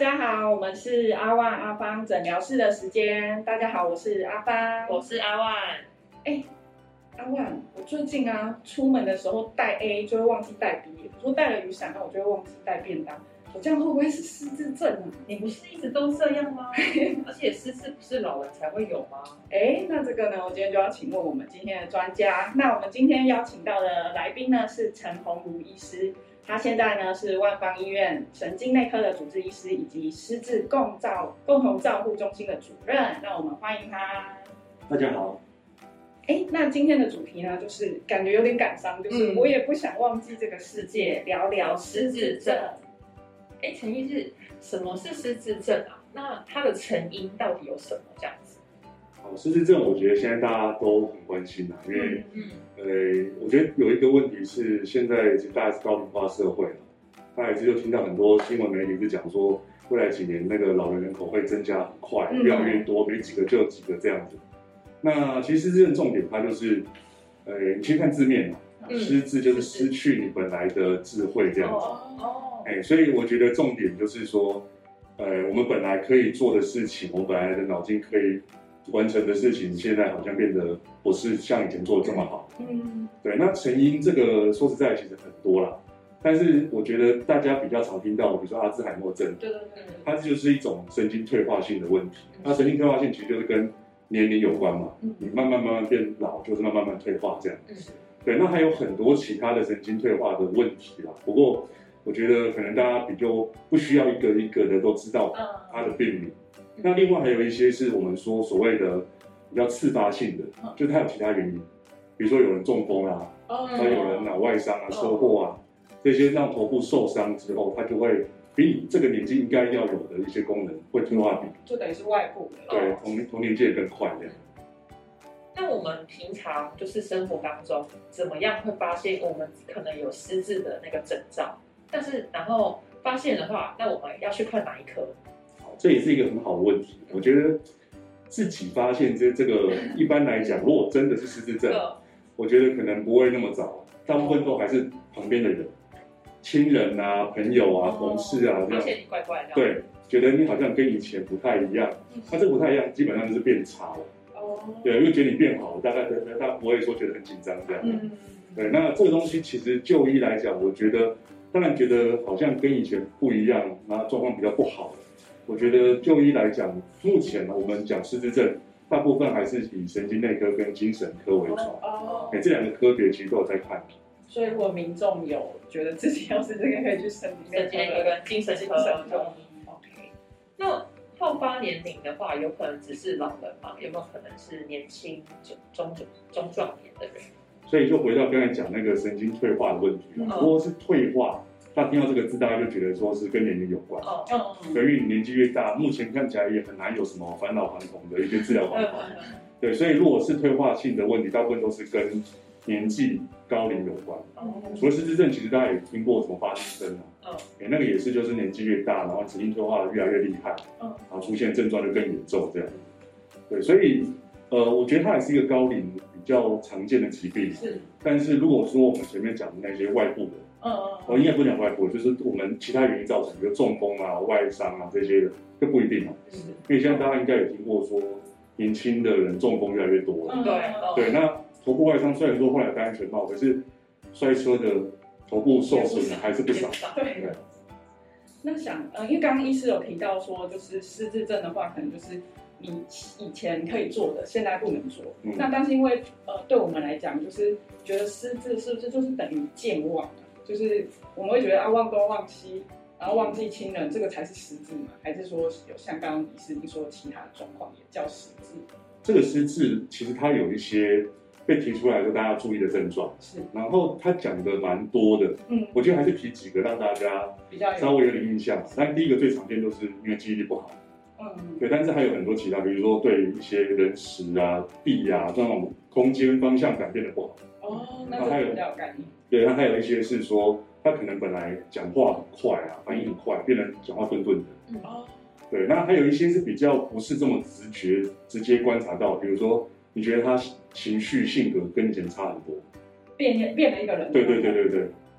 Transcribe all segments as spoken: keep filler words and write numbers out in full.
家好，我们是阿万阿芳诊疗室的时间。大家好，我是阿芳， 我是阿万。 哎，阿万，我最近啊，出门的时候带 A 就会忘记带 B， 我说带了雨伞，那我就会忘记带便当。我这样会不会是失智症啊？ 你不是一直都这样吗？而且失智不是老人才会有吗？ 哎，那这个呢，我今天就要请问我们今天的专家。那我们今天邀请到的来宾呢是陈鸿儒医师。他现在呢是万芳医院神经内科的主治医师，以及失智共照共同照护中心的主任。让我们欢迎他。 大家好。 哎，那今天的主题呢，就是感觉有点感伤，就是我也不想忘记这个世界，聊聊失智症。 哎，陈医师，什么是失智症啊？那它的成因到底有什么？这样子？ 好，失智症我觉得现在大家都很关心啊，因为，嗯，呃，我觉得有一个问题是，现在其实大家是高龄化社会了，大家也是就听到很多新闻媒体是讲说，未来几年那个老人人口会增加很快，越来越多，没几个就有几个这样子。那其实失智症重点它就是，呃，你先看字面嘛，嗯、失智就是失去你本来的智慧这样子。哦，哎，所以我觉得重点就是说，呃，我们本来可以做的事情，我们本来的脑筋可以完成的事情，现在好像变得不是像以前做的这么好。嗯，对。那成因这个说实在其实很多啦，但是我觉得大家比较常听到的，比如说阿兹海默症， 对对对， 它就是一种神经退化性的问题。那神经退化性其实就是跟年龄有关嘛，你慢慢慢慢变老，就是慢慢慢慢退化这样。对。那还有很多其他的神经退化的问题啦，不过我觉得可能大家比较不需要一个一个的都知道它的病名。那另外还有一些是我们说所谓的比较次发性的，就是它有其他原因，比如说有人中风啊，那有人脑外伤啊、车祸啊，这些让头部受伤之后，它就会比你这个年纪应该要有的一些功能会退化比， 就等于是外部的， 对，同同年纪也更快这样。 那我们平常就是生活当中，怎么样会发现我们可能有失智的那个征兆？但是然后发现的话，那我们要去看哪一科？ 这也是一个很好的问题。我觉得自己发现这这个，一般来讲，如果真的是失智症，我觉得可能不会那么早，大部分都还是旁边的人、亲人啊、朋友啊、同事啊这样。 发现你怪怪的。 对，觉得你好像跟以前不太一样。那这不太一样，基本上就是变差了。哦。对，因为觉得你变好了，大概大家不会说觉得很紧张这样。嗯。对，那这个东西其实就医来讲，我觉得当然觉得好像跟以前不一样，然后状况比较不好。我觉得就医来讲，目前我们讲失智症，大部分还是以神经内科跟精神科为主。哦，哎，这两个科别其实都有在看。 所以如果民众有觉得自己要是这个，可以去神经内科跟精神科中医。OK。 那好发年龄的话，有可能只是老人吗？有没有可能是年轻、中中中壮年的人？ 所以就回到刚才讲那个神经退化的问题了。如果是退化，大家听到这个字，大家就觉得说是跟年龄有关。哦，所以你年纪越大，目前看起来也很难有什么返老还童的一些治疗方法。对，所以如果是退化性的问题，大部分都是跟年纪、高龄有关。除了失智症，其实大家也听过什么帕金森啊，嗯，那个也是就是年纪越大，然后神经退化的越来越厉害，嗯，然后出现症状就更严重这样。对，所以呃，我觉得它也是一个高龄比较常见的疾病。是，但是如果说我们前面讲的那些外部的，嗯嗯，我应该不讲外部，就是我们其他原因造成，比如中风啊、外伤啊这些的，就不一定嘛。嗯，因为现在大家应该有听过说，年轻的人中风越来越多了。 嗯，对， 对。那头部外伤虽然说后来戴安全帽，可是摔车的头部受损的还是不少。 对。那想，呃，因为刚刚医师有提到说，就是失智症的话，可能就是你以前可以做的，现在不能做。嗯，那但是因为呃，对我们来讲，就是觉得失智是不是就是等于健忘？就是我们会觉得啊，忘东忘西，然后忘记亲人，这个才是失智嘛？还是说有像刚刚医师您说的其他的状况也叫失智？ 这个失智其实它有一些被提出来的大家注意的症状，是，然后他讲的蛮多的，嗯，我觉得还是提几个让大家比较稍微有点印象。但第一个最常见就是因为记忆力不好，嗯，对，但是还有很多其他，比如说对一些人时啊、地啊这种空间方向感变得不好。 哦，那这比较有概念。 对，那还有一些是说，他可能本来讲话很快啊，反应很快，变成讲话顿顿的。嗯，哦，对，那还有一些是比较不是这么直觉、直接观察到，比如说你觉得他情绪、性格跟以前差很多， 变变了一个人。 对对对对对，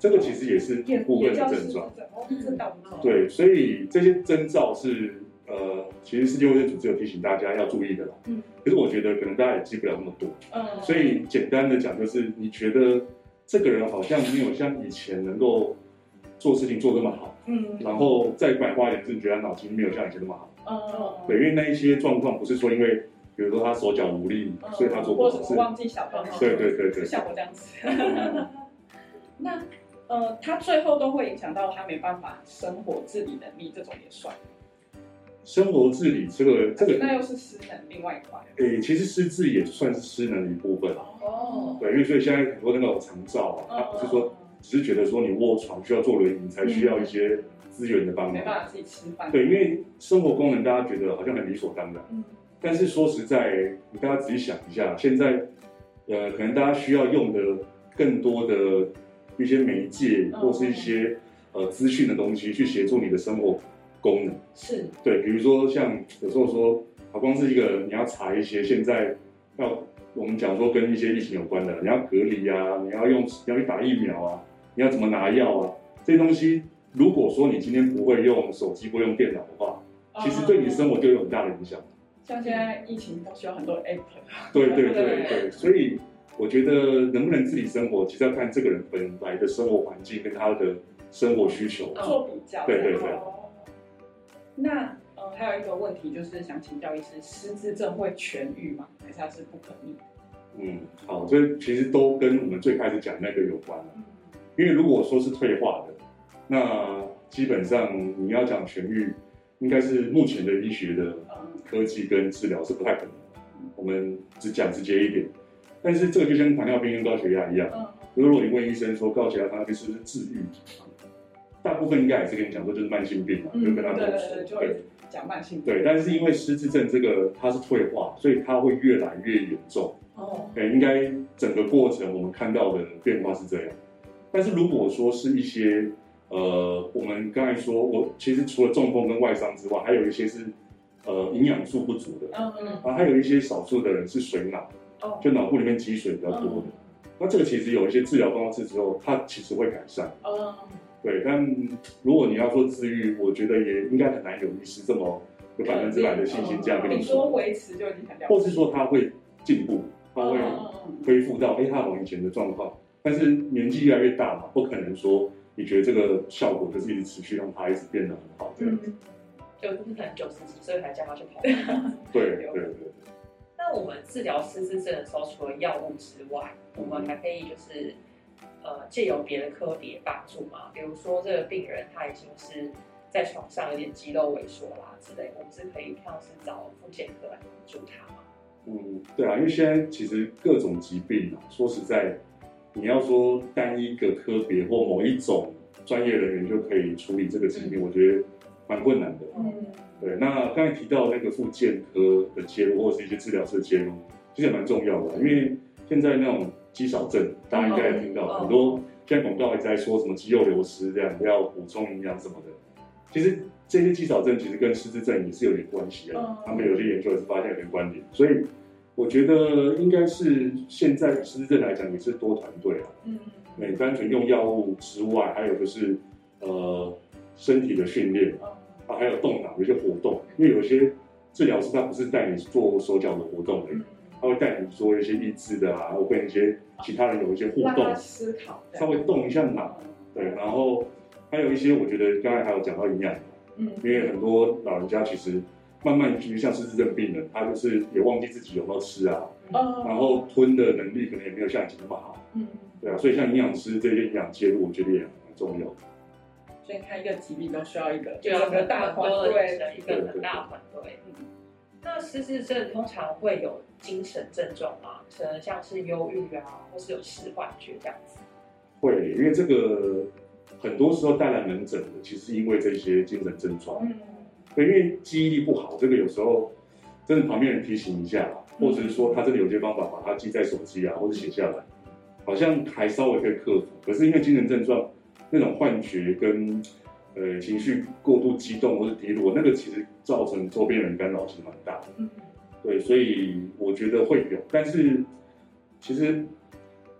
这个其实也是一部分的症状。 哦，这倒不知道。 对，所以这些征兆是呃，其实世界卫生组织有提醒大家要注意的啦。嗯。可是我觉得可能大家也记不了那么多。嗯。所以简单的讲，就是你觉得这个人好像没有像以前能够做事情做这么好。嗯。然后再白话一点，是你觉得他脑筋没有像以前那么好。哦。对，因为那一些状况不是说因为，比如说他手脚无力，嗯、所以他做不好事， 或者忘记小朋友。 对对对对。 像我这样子。那。呃，他最后都会影响到他没办法生活自理能力，这种也算。 生活自理这个这个， 那又是失能另外一块。 诶、欸，其实失智也算是失能的一部分。哦。对，因为所以现在很多那种长照啊，他不是说只是觉得说你卧床需要坐轮椅才需要一些资源的帮忙， 没办法自己吃饭。 对，因为生活功能大家觉得好像很理所当然，嗯、但是说实在，你大家仔细想一下，现在呃，可能大家需要用的更多的。一些媒介或是一些、嗯、呃资讯的东西，去协助你的生活功能。 是， 对，比如说像有时候说，好光是一个你要查一些现在要我们讲说跟一些疫情有关的，你要隔离啊，你要用你要去打疫苗啊，你要怎么拿药啊，这些东西，如果说你今天不会用手机，不会用电脑的话，其实对你生活就有很大的影响。 像现在疫情都需要很多 app。 对对对对，所以。我觉得能不能自理生活，其实要看这个人本来的生活环境跟他的生活需求做比较。 对对对。 那呃，还有一个问题就是想请教医师，失智症会痊愈吗？还是它是不可逆？ 嗯，好，这其实都跟我们最开始讲那个有关了。嗯、因为如果说是退化的，那基本上你要讲痊愈，应该是目前的医学的科技跟治疗是不太可能的。我们只讲直接一点。但是这个就像糖尿病跟高血压一样，嗯、如果你问医生说高血压、糖尿病是不是治愈，大部分应该也是跟你讲说就是慢性病嘛，嗯、就跟他对对对，就会讲慢性病。 对，但是因为失智症这个它是退化，所以它会越来越严重。哦，对，应该整个过程我们看到的变化是这样。但是如果说是一些呃，我们刚才说，我其实除了中风跟外伤之外，还有一些是呃营养素不足的，嗯嗯，啊，还有一些少数的人是水脑。就脑部里面积水比较多的，嗯、那这个其实有一些治疗方式之后，它其实会改善。嗯、对，但如果你要说治愈，我觉得也应该很难有医师这么有百分之百的信心这样跟你说。 你说维持就已经很了不起， 或是说他会进步，他会恢复到哎、欸、他往以前的状况，但是年纪越来越大嘛，不可能说你觉得这个效果就是一直持续让他一直变得很好这样子。 就不是可能九十几岁才叫他去跑。 对对对。 那我们治疗失智症的时候，除了药物之外，我们还可以就是呃借由别的科别帮助嘛？比如说这个病人他已经是在床上有点肌肉萎缩啦之类，我们是可以像是找复健科来帮助他吗？ 嗯，对啊，因为现在其实各种疾病啊，说实在，你要说单一个科别或某一种专业人员就可以处理这个疾病，嗯、我觉得蛮困难的。嗯。对，那刚才提到那个复健科的介入，或者是一些治疗师的介入，其实也蛮重要的。因为现在那种肌少症，大家应该也听到、oh, 很多，现在广告一直在说什么肌肉流失，这样要补充营养什么的。其实这些肌少症其实跟失智症也是有点关系的， oh. 他们有些研究也是发现有点关联。所以我觉得应该是现在失智症来讲也是多团队啊。嗯，对，单纯用药物之外，还有就是呃身体的训练。Oh.啊，还有动脑有一些活动，因为有些治疗师他不是带你做手脚的活动而已，他会带你做一些益智的啊，或跟一些其他人有一些互动， 思考， 稍微动一下脑，对，然后还有一些我觉得刚才还有讲到营养，嗯，因为很多老人家其实慢慢其实像失智症病人，他就是也忘记自己有没有吃啊，嗯、然后吞的能力可能也没有像以前那么好，嗯，对啊，所以像营养师这些营养介入，我觉得也蛮重要的。 所以看一个疾病都需要一个整个大团队， 一个很大团队。嗯，那失智症通常会有精神症状吗？可能像是忧郁啊，或是有视幻觉这样子。 会，因为这个很多时候带来门诊的，其实因为这些精神症状。嗯，对，因为记忆力不好，这个有时候真的旁边人提醒一下，或者是说他这里有些方法把它记在手机啊，或者写下来，好像还稍微可以克服。可是因为精神症状。那种幻觉跟呃情绪过度激动或是低落，那个其实造成周边人干扰其实蛮大的。嗯，对，所以我觉得会有，但是其实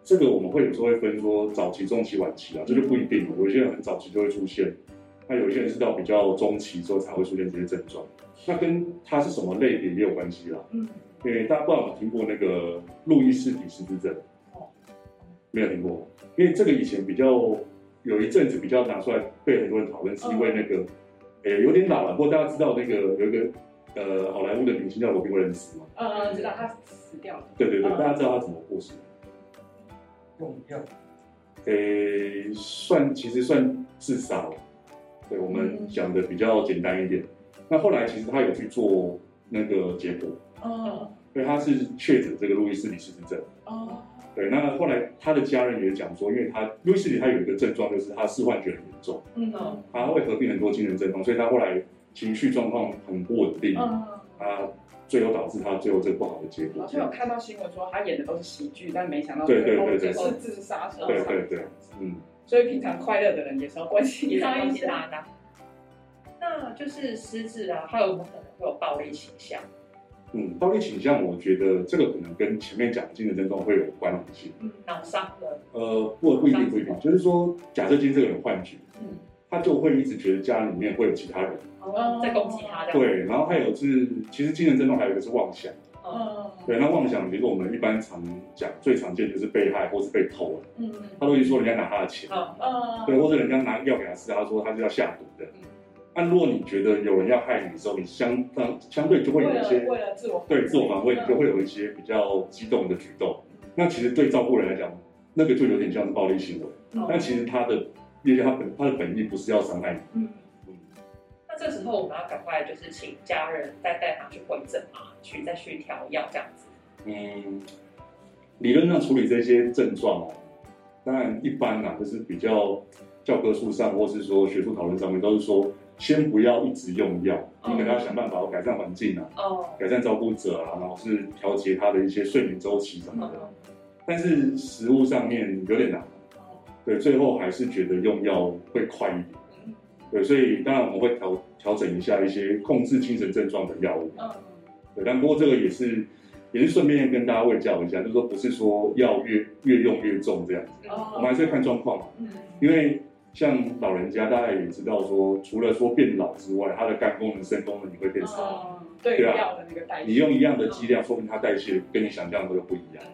这个我们会有时候会分说早期、中期、晚期啊，这就不一定。有些人很早期就会出现，那有些人是到比较中期之后才会出现这些症状。那跟它是什么类别也有关系啦。嗯，因为大家不知道有没有听过那个路易氏体失智症？哦，没有听过。因为这个以前比较有一阵子比较拿出来被很多人讨论，是因为那个，诶、有点老了，不过大家知道那个有一个呃好莱坞的明星叫罗宾威廉斯吗？ 呃，知道他死掉了。 对对对，大家知道他怎么过世？ 用药。 诶，算其实算自杀了。对，我们讲的比较简单一点。那后来其实他有去做那个解剖。哦。对，他是确诊这个路易斯体失智症。哦。对，那后来他的家人也讲说，因为他路易斯体他有一个症状，就是他视幻觉很严重，嗯，他会合并很多精神症状，所以他后来情绪状况很不稳定，嗯，他最后导致他最后这个不好的结果。 好像有看到新闻说他演的都是喜剧，但没想到对对对对是自杀身上， 对对对，嗯， 所以平常快乐的人也是要关心他一下的。 那就是失智啊，还有可能会有暴力倾向。 嗯，暴力倾向，我觉得这个可能跟前面讲的精神症状会有关联性。 嗯，脑伤的。 呃，不不一定不一定，就是说，假设今天这个人幻觉，嗯，他就会一直觉得家里面会有其他人， 哦，在攻击他的。 对，然后还有是，其实精神症状还有一个是妄想。嗯，对，那妄想，比如说我们一般常讲最常见就是被害或是被偷了，嗯，他都会说人家拿他的钱，嗯，对，或者人家拿药给他吃，他说他是要下毒的。那如果你觉得有人要害你的时候，你相当相对就会有一些为了自我对自我防卫，你就会有一些比较激动的举动。那其实对照顾人来讲，那个就有点像是暴力行为。但其实他的，因为他本他的本意不是要伤害你。嗯嗯。那这时候我们要赶快就是请家人再带他去回诊嘛，去再去调药这样子。 嗯，理论上处理这些症状哦，当然一般啊，就是比较教科书上或是说学术讨论上面都是说。先不要一直用药，你可能要想办法改善环境啊，哦、改善照顾者啊，然后是调节他的一些睡眠周期什么的。哦、但是食物上面有点难，哦、对，最后还是觉得用药会快一点。嗯、对，所以当然我们会调调整一下一些控制精神症状的药物。嗯、对，但不过这个也是也是顺便跟大家卫教一下，就是说不是说药越越用越重这样子，哦、我们还是会看状况嘛。嗯、因为像老人家，大家也知道说，除了说变老之外，他的肝功能、肾功能也会变差。 哦、对，对啊，药的那个代谢， 你用一样的剂量，说明它代谢跟你想象的都不一样。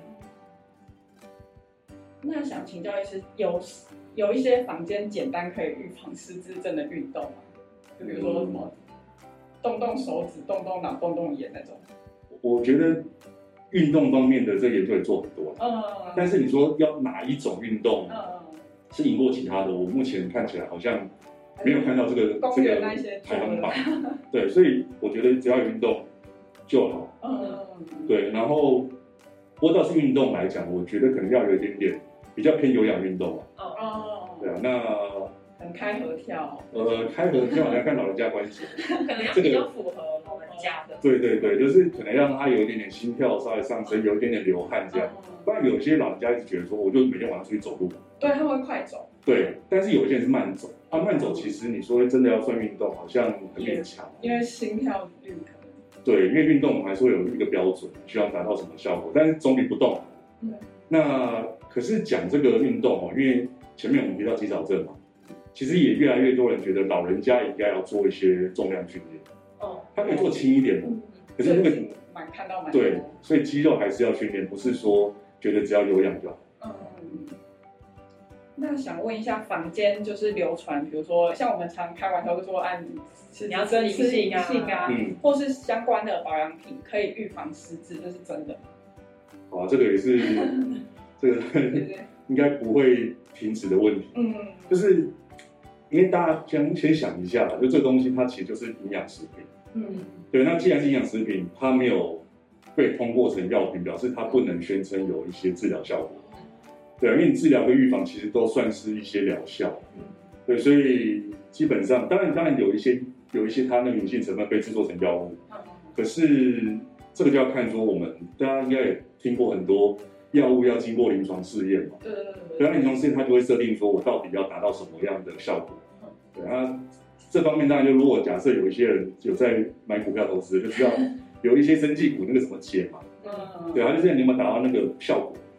那想请教一下，有有一些坊间简单可以预防失智症的运动吗？就比如说什么动动手指、动动脑、动动眼那种。 我觉得运动方面的这研究也做很多，嗯，但是你说要哪一种运动？嗯。是赢过其他的，我目前看起来好像没有看到这个这个排行榜。对，所以我觉得只要有运动就好。嗯，对。然后，不过倒是运动来讲，我觉得可能要有一点点比较偏有氧运动啊。哦。对啊，那很开合跳。 呃，开合跳要看老人家关系， 可能要比较符合老人家的。 对对对，就是可能让他有一点点心跳稍微上升，有一点点流汗这样。不然有些老人家一直觉得说，我就每天晚上出去走路。 对，他会快走。 对，但是有些人是慢走。啊，慢走其实你说真的要算运动，好像很勉强。 因为心跳率可能。 对，因为运动还是会有一个标准，需要达到什么效果，但是总比不动好。对。那可是讲这个运动哦，因为前面我们提到肌少症嘛，其实也越来越多人觉得老人家应该要做一些重量训练。哦。他可以做轻一点的，嗯、可是那个蛮看到蛮对，所以肌肉还是要训练，不是说觉得只要有氧就好。嗯。 那想问一下，坊间就是流传，比如说像我们常开玩笑就说，按吃你要吃灵性啊，嗯，或是相关的保养品可以预防失智，这是真的吗？ 好啊，这个也是这个应该不会停止的问题。嗯，就是因为大家先先想一下啦，就这个东西它其实就是营养食品。嗯，对，那既然是营养食品，它没有被通过成药品，表示它不能宣称有一些治疗效果。对，因为你治疗跟预防其实都算是一些疗效，对，所以基本上，当然当然有一些有一些它那个隐性成分被制作成药物，可是这个就要看说我们大家应该也听过很多药物要经过临床试验嘛，对对对对，对，临床试验它就会设定说我到底要达到什么样的效果，对，那这方面当然就如果假设有一些人有在买股票投资，就知道有一些生技股那个什么解嘛，对，它就是你有没有达到那个效果。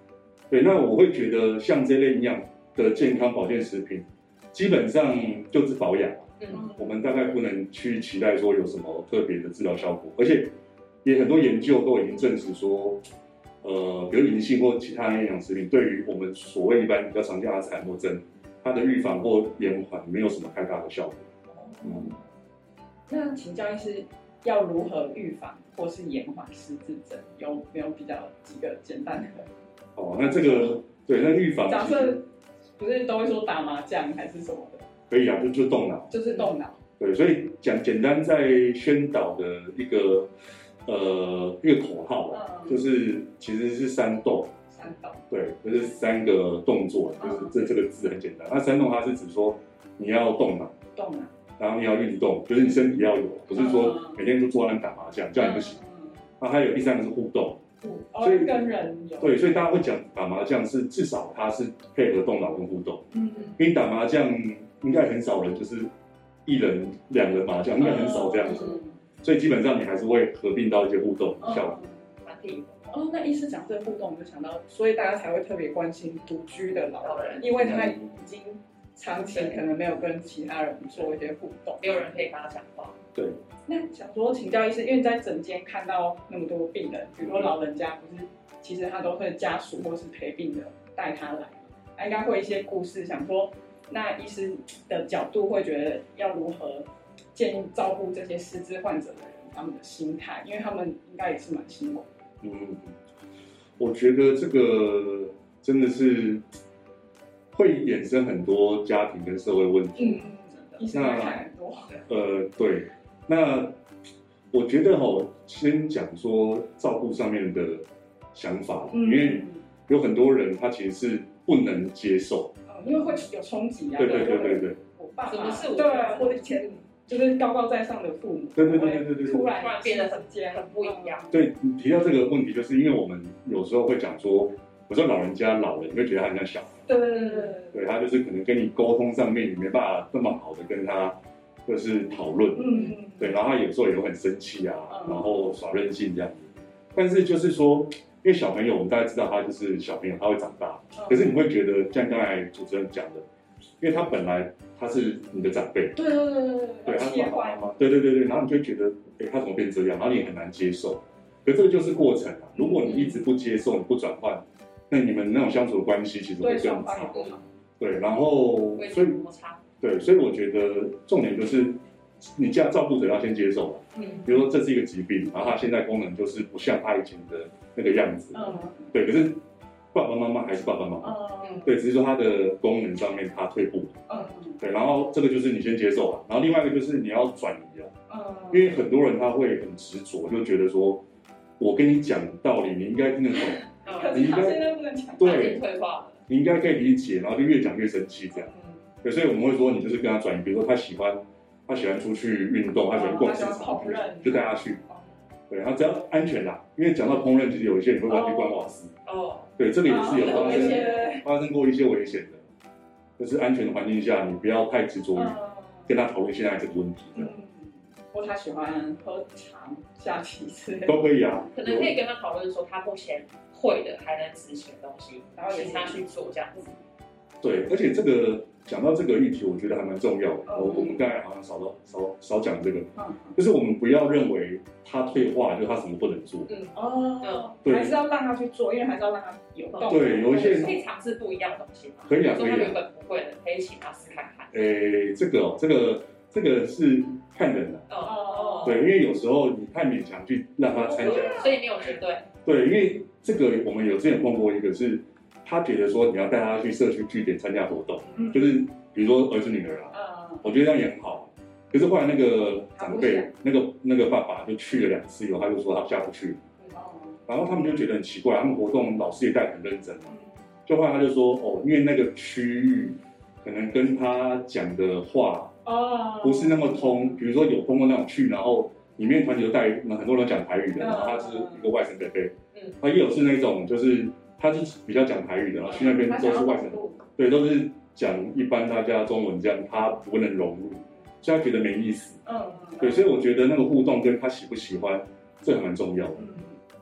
对，那我会觉得像这类营养的健康保健食品，基本上就是保养。嗯，我们大概不能去期待说有什么特别的治疗效果，而且也很多研究都已经证实说，呃，比如银杏或其他的营养食品，对于我们所谓一般比较常见的阿兹海默症，它的预防或延缓没有什么太大的效果。 嗯，那请教医师，要如何预防或是延缓失智症？有没有比较几个简单的？ 哦，那这个对，那预防假设不是都会说打麻将还是什么的？ 可以啊，就就动脑， 就是动脑。 对，所以讲简单在宣导的一个呃一个口号吧，嗯、就是其实是三动。 三动。对， 就是三个动作，就是这这个字很简单。那三动它是指说你要动脑， 动脑， 然后你要运动，就是你身体要有，不是说每天都坐在那打麻将，这样不行。那还有第三个是互动。 所以跟人有对，所以大家会讲打麻将是至少它是配合动脑跟互动。嗯，因为打麻将应该很少人就是一人两人麻将，应该很少这样子。嗯、所以基本上你还是会合并到一些互动效果。 嗯、哦，那医师讲这个互动，我就想到，所以大家才会特别关心独居的老人，因为他已经长期可能没有跟其他人做一些互动， 没有人可以跟他讲话。 对。 那想说请教医师，因为在诊间看到那么多病人，比如说老人家，不是其实他都会家属或是陪病的带他来，他应该会一些故事，想说那医师的角度会觉得要如何建议照顾这些失智患者的人，他们的心态，因为他们应该也是蛮辛苦的。 嗯，我觉得这个真的是会衍生很多家庭跟社会问题。 嗯，医生会看很多。 呃，对。那我觉得哈，先讲说照顾上面的想法，嗯、因为有很多人他其实是不能接受， 嗯、因为会有冲击啊。 对对对对对。 我爸爸是我对，或者以前就是高高在上的父母， 对对对对对对， 突然变得很很不一样。 对，你提到这个问题，就是因为我们有时候会讲说，有时候老人家老了，你会觉得他很像小孩， 对对对对， 对他就是可能跟你沟通上面你没办法那么好的跟他就是讨论，嗯。对，然后他有时候也会很生气啊，然后耍任性这样子。但是就是说，因为小朋友，我们大家知道他就是小朋友，他会长大。可是你会觉得，像刚才主持人讲的，因为他本来他是你的长辈， 对对对对对， 对，他是爸爸妈妈，对对对对，然后你就会觉得，哎，他怎么变这样？然后你也很难接受。可这个就是过程啊，如果你一直不接受，你不转换，那你们那种相处的关系其实会更差。对，然后所以对，所以我觉得重点就是。你家照顾者要先接受了，嗯，比如说这是一个疾病，然后它现在功能就是不像他以前的那个样子，嗯，对，可是爸爸妈妈还是爸爸妈妈，嗯，对，只是说它的功能上面它退步了，嗯，对，然后这个就是你先接受了，然后另外一个就是你要转移啊，嗯，因为很多人他会很执着，就觉得说我跟你讲道理，你应该听得懂， 你应该现在不能讲， 对， 退化了， 你应该可以理解，然后就越讲越生气这样，嗯，对，所以我们会说你就是跟他转移，比如说他喜欢。他喜欢出去运动，他喜欢逛市场，就带他去。对，他只要安全啦，因为讲到烹饪，其实有一些人会忘记关瓦斯。哦。对，这个也是有发生发生过一些危险的，就是安全的环境下，你不要太执着于跟他讨论现在这个问题。嗯。 或他喜欢喝茶、下棋之类的。 都可以啊。 可能可以跟他讨论说，他目前会的还能执行的东西，然后请他去做这样子。 对，而且这个讲到这个议题，我觉得还蛮重要的。我、嗯、我们刚才好像少了少少讲这个，嗯、就是我们不要认为他退化就是他什么不能做。嗯哦，对，还是要让他去做，因为还是要让他有动。 对，有一些可以尝试不一样的东西嘛。 可以啊，可以啊。 他原本不会的，可以请他试看看。 诶，这个、哦、这个这个是看人的。哦哦。对，因为有时候你太勉强去让他参加， 所以没有绝对。 对，因为这个我们有之前碰过一个是。他觉得说你要带他去社区据点参加活动，嗯、就是比如说儿子女儿啊，嗯、我觉得这样也很好。可是后来那个长辈，那个那个爸爸就去了两次以后，他就说他下不去。嗯、然后他们就觉得很奇怪，他们活动老师也带很认真嘛。就后来他就说哦，因为那个区域可能跟他讲的话哦不是那么通，比如说有通过那种去，然后里面团体都带很多人讲台语的，然后他是一个外省伯伯，嗯，他也有是那种就是。他是比较讲台语的，然后去那边都是外省人，对，都是讲一般大家中文这样，他不能融入，所以他觉得没意思。嗯，对，所以我觉得那个互动跟他喜不喜欢，这还蛮重要的。嗯，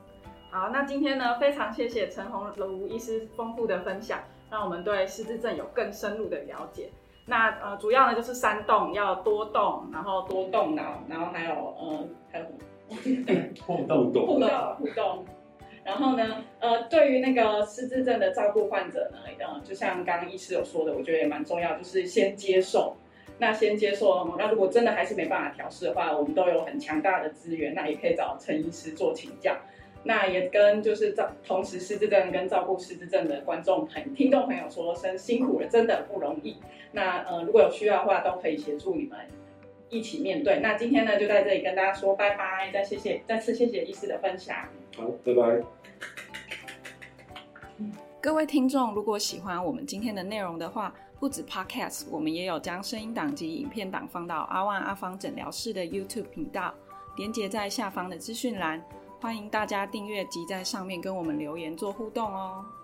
好，那今天呢，非常谢谢陈鸿儒医师丰富的分享，让我们对失智症有更深入的了解。那呃，主要呢就是三动，要多动，然后多动脑，然后还有呃，还有什么？ 互动，互动， 互动，互动。然后呢，呃，对于那个失智症的照顾患者呢，呃，就像刚刚医师有说的，我觉得也蛮重要，就是先接受。那先接受，那如果真的还是没办法调试的话，我们都有很强大的资源，那也可以找陈医师做请教。那也跟就是照同时失智症跟照顾失智症的观众朋听众朋友说声辛苦了，真的不容易。那呃，如果有需要的话，都可以协助你们一起面对。那今天呢，就在这里跟大家说拜拜，再谢谢，再次谢谢医师的分享。 好，拜拜。 各位听众，如果喜欢我们今天的内容的话，不止 Podcast， 我们也有将声音档及影片档放到阿万阿芳诊疗室的 YouTube 频道，连结在下方的资讯栏，欢迎大家订阅及在上面跟我们留言做互动哦。